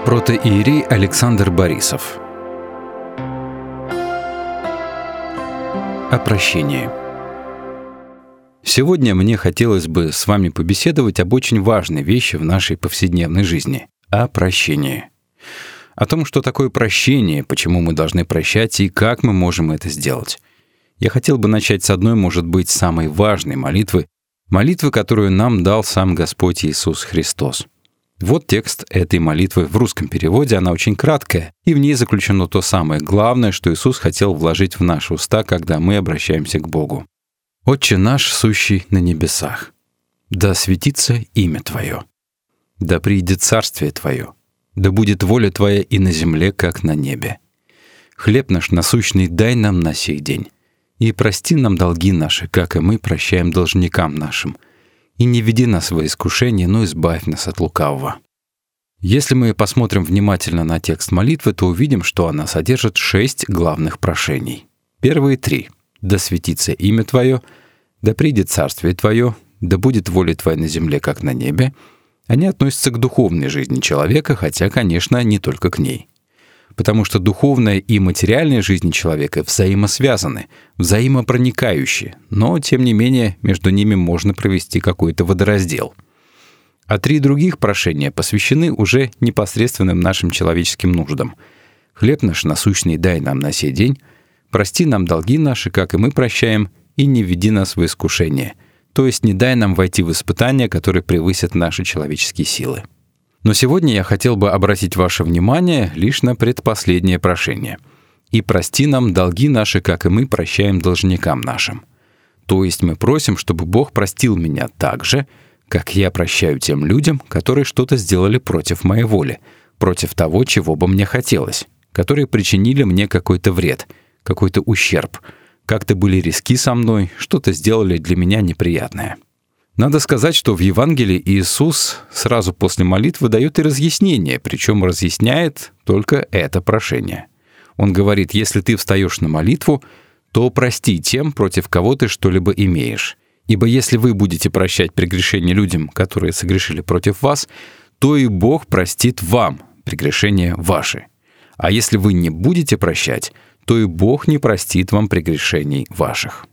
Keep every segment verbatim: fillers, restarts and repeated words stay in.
Протоиерей Александр Борисов. О прощении. Сегодня мне хотелось бы с вами побеседовать об очень важной вещи в нашей повседневной жизни — о прощении. О том, что такое прощение, почему мы должны прощать и как мы можем это сделать. Я хотел бы начать с одной, может быть, самой важной молитвы, молитвы, которую нам дал сам Господь Иисус Христос. Вот текст этой молитвы в русском переводе, она очень краткая, и в ней заключено то самое главное, что Иисус хотел вложить в наши уста, когда мы обращаемся к Богу. «Отче наш, сущий на небесах, да светится имя Твое, да приидет царствие Твое, да будет воля Твоя и на земле, как на небе. Хлеб наш насущный дай нам на сей день, и прости нам долги наши, как и мы прощаем должникам нашим. И не веди нас во искушение, но избавь нас от лукавого». Если мы посмотрим внимательно на текст молитвы, то увидим, что она содержит шесть главных прошений. Первые три — «Да светится имя Твое», «Да придет царствие Твое», «Да будет воля Твоя на земле, как на небе», они относятся к духовной жизни человека, хотя, конечно, не только к ней. Потому что духовная и материальная жизнь человека взаимосвязаны, взаимопроникающие, но, тем не менее, между ними можно провести какой-то водораздел. А три других прошения посвящены уже непосредственным нашим человеческим нуждам. «Хлеб наш насущный дай нам на сей день», «Прости нам долги наши, как и мы прощаем», и «Не веди нас в искушение», то есть не дай нам войти в испытания, которые превысят наши человеческие силы. Но сегодня я хотел бы обратить ваше внимание лишь на предпоследнее прошение. «И прости нам долги наши, как и мы прощаем должникам нашим». То есть мы просим, чтобы Бог простил меня так же, как я прощаю тем людям, которые что-то сделали против моей воли, против того, чего бы мне хотелось, которые причинили мне какой-то вред, какой-то ущерб, как-то были резки со мной, что-то сделали для меня неприятное. Надо сказать, что в Евангелии Иисус сразу после молитвы дает и разъяснение, причем разъясняет только это прошение. Он говорит: если ты встаешь на молитву, то прости тем, против кого ты что-либо имеешь. Ибо если вы будете прощать прегрешения людям, которые согрешили против вас, то и Бог простит вам прегрешения ваши. А если вы не будете прощать, то и Бог не простит вам прегрешений ваших.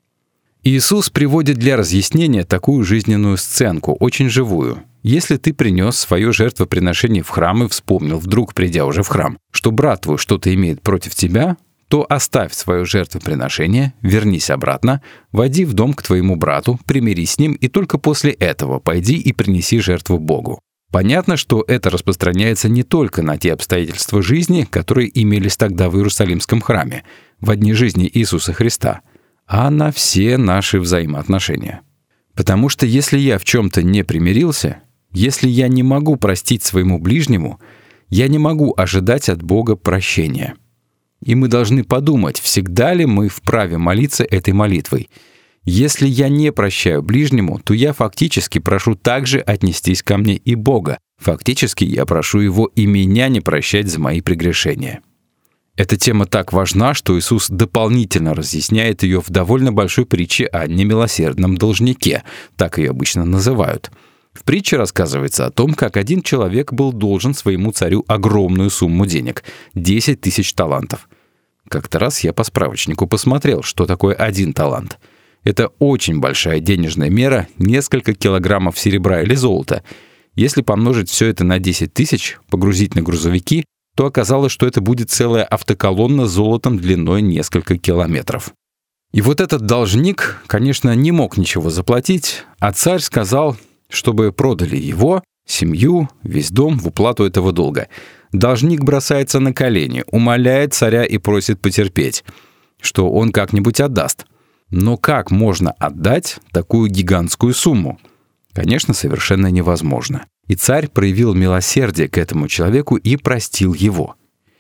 Иисус приводит для разъяснения такую жизненную сценку, очень живую. Если ты принес свое жертвоприношение в храм и вспомнил, вдруг придя уже в храм, что брат твой что-то имеет против тебя, то оставь свое жертвоприношение, вернись обратно, войди в дом к твоему брату, примирись с ним, и только после этого пойди и принеси жертву Богу. Понятно, что это распространяется не только на те обстоятельства жизни, которые имелись тогда в Иерусалимском храме, в дни жизни Иисуса Христа, а на все наши взаимоотношения. Потому что если я в чем-то не примирился, если я не могу простить своему ближнему, я не могу ожидать от Бога прощения. И мы должны подумать, всегда ли мы вправе молиться этой молитвой. Если я не прощаю ближнему, то я фактически прошу также отнестись ко мне и Бога. Фактически я прошу Его и меня не прощать за мои прегрешения. Эта тема так важна, что Иисус дополнительно разъясняет ее в довольно большой притче о немилосердном должнике, так ее обычно называют. В притче рассказывается о том, как один человек был должен своему царю огромную сумму денег — десять тысяч талантов. Как-то раз я по справочнику посмотрел, что такое один талант. Это очень большая денежная мера, несколько килограммов серебра или золота. Если помножить все это на десять тысяч, погрузить на грузовики, то оказалось, что это будет целая автоколонна с золотом длиной несколько километров. И вот этот должник, конечно, не мог ничего заплатить, а царь сказал, чтобы продали его, семью, весь дом в уплату этого долга. Должник бросается на колени, умоляет царя и просит потерпеть, что он как-нибудь отдаст. Но как можно отдать такую гигантскую сумму? Конечно, совершенно невозможно. И царь проявил милосердие к этому человеку и простил его.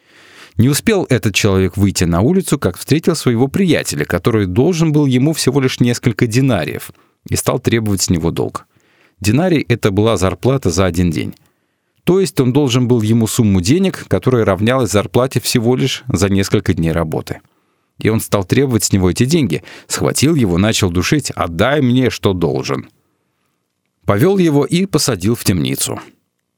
Не успел этот человек выйти на улицу, как встретил своего приятеля, который должен был ему всего лишь несколько динариев, и стал требовать с него долг. Динарий — это была зарплата за один день. То есть он должен был ему сумму денег, которая равнялась зарплате всего лишь за несколько дней работы. И он стал требовать с него эти деньги, схватил его, начал душить: «Отдай мне, что должен». Повел его и посадил в темницу.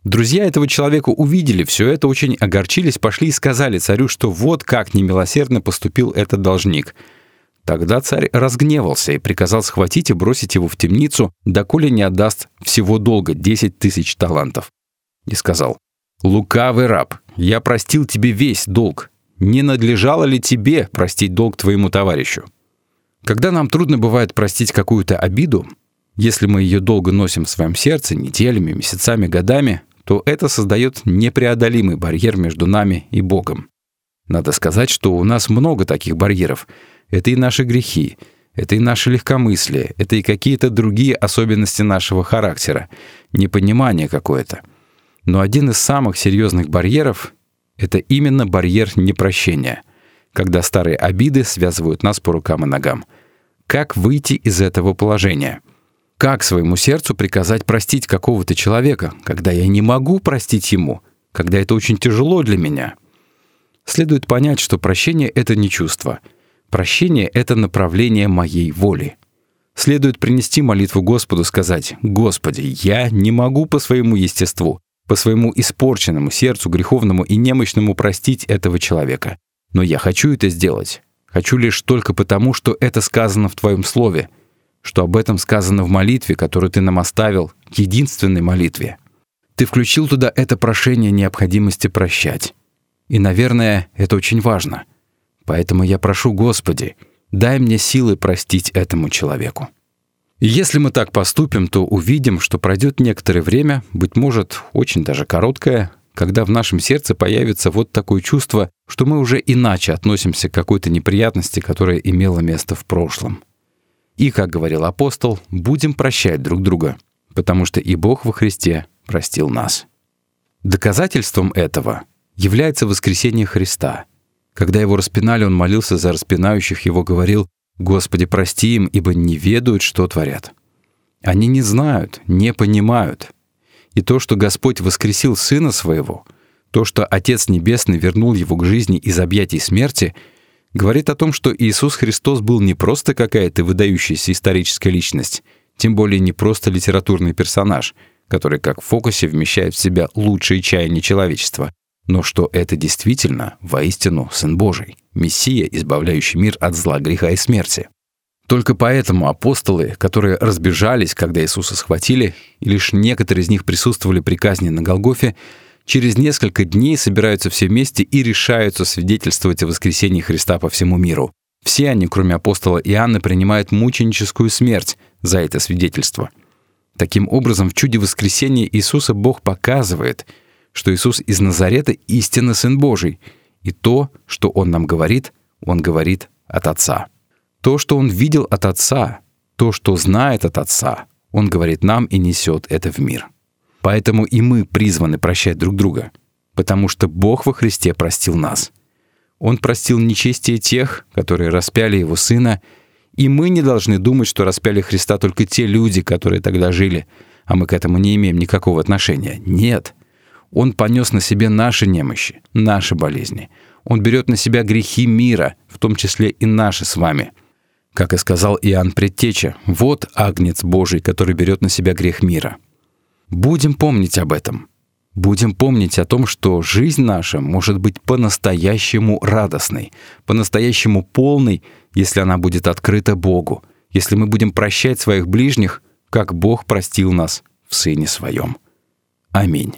Друзья этого человека увидели все это, очень огорчились, пошли и сказали царю, что вот как немилосердно поступил этот должник. Тогда царь разгневался и приказал схватить и бросить его в темницу, доколе не отдаст всего долга десять тысяч талантов. И сказал: «Лукавый раб, я простил тебе весь долг. Не надлежало ли тебе простить долг твоему товарищу?» Когда нам трудно бывает простить какую-то обиду, если мы ее долго носим в своем сердце, неделями, месяцами, годами, то это создает непреодолимый барьер между нами и Богом. Надо сказать, что у нас много таких барьеров. Это и наши грехи, это и наше легкомыслие, это и какие-то другие особенности нашего характера, непонимание какое-то. Но один из самых серьезных барьеров — это именно барьер непрощения, когда старые обиды связывают нас по рукам и ногам. Как выйти из этого положения? Как своему сердцу приказать простить какого-то человека, когда я не могу простить ему, когда это очень тяжело для меня? Следует понять, что прощение — это не чувство. Прощение — это направление моей воли. Следует принести молитву Господу, сказать: «Господи, я не могу по своему естеству, по своему испорченному сердцу, греховному и немощному простить этого человека. Но я хочу это сделать. Хочу лишь только потому, что это сказано в Твоем Слове, что об этом сказано в молитве, которую Ты нам оставил, к единственной молитве. Ты включил туда это прошение необходимости прощать. И, наверное, это очень важно. Поэтому я прошу, Господи, дай мне силы простить этому человеку». И если мы так поступим, то увидим, что пройдет некоторое время, быть может, очень даже короткое, когда в нашем сердце появится вот такое чувство, что мы уже иначе относимся к какой-то неприятности, которая имела место в прошлом. И, как говорил апостол, будем прощать друг друга, потому что и Бог во Христе простил нас. Доказательством этого является воскресение Христа. Когда Его распинали, Он молился за распинающих Его, говорил: «Господи, прости им, ибо не ведают, что творят». Они не знают, не понимают. И то, что Господь воскресил Сына Своего, то, что Отец Небесный вернул Его к жизни из объятий смерти, говорит о том, что Иисус Христос был не просто какая-то выдающаяся историческая личность, тем более не просто литературный персонаж, который как в фокусе вмещает в себя лучшие чаяния человечества, но что это действительно, воистину, Сын Божий, Мессия, избавляющий мир от зла, греха и смерти. Только поэтому апостолы, которые разбежались, когда Иисуса схватили, и лишь некоторые из них присутствовали при казни на Голгофе, через несколько дней собираются все вместе и решаются свидетельствовать о воскресении Христа по всему миру. Все они, кроме апостола Иоанна, принимают мученическую смерть за это свидетельство. Таким образом, в чуде воскресения Иисуса Бог показывает, что Иисус из Назарета истинно Сын Божий, и то, что Он нам говорит, Он говорит от Отца. То, что Он видел от Отца, то, что знает от Отца, Он говорит нам и несет это в мир. Поэтому и мы призваны прощать друг друга, потому что Бог во Христе простил нас. Он простил нечестие тех, которые распяли Его Сына, и мы не должны думать, что распяли Христа только те люди, которые тогда жили, а мы к этому не имеем никакого отношения. Нет. Он понес на себе наши немощи, наши болезни. Он берет на себя грехи мира, в том числе и наши с вами. Как и сказал Иоанн Предтеча, вот Агнец Божий, который берет на себя грех мира. Будем помнить об этом. Будем помнить о том, что жизнь наша может быть по-настоящему радостной, по-настоящему полной, если она будет открыта Богу, если мы будем прощать своих ближних, как Бог простил нас в Сыне Своем. Аминь.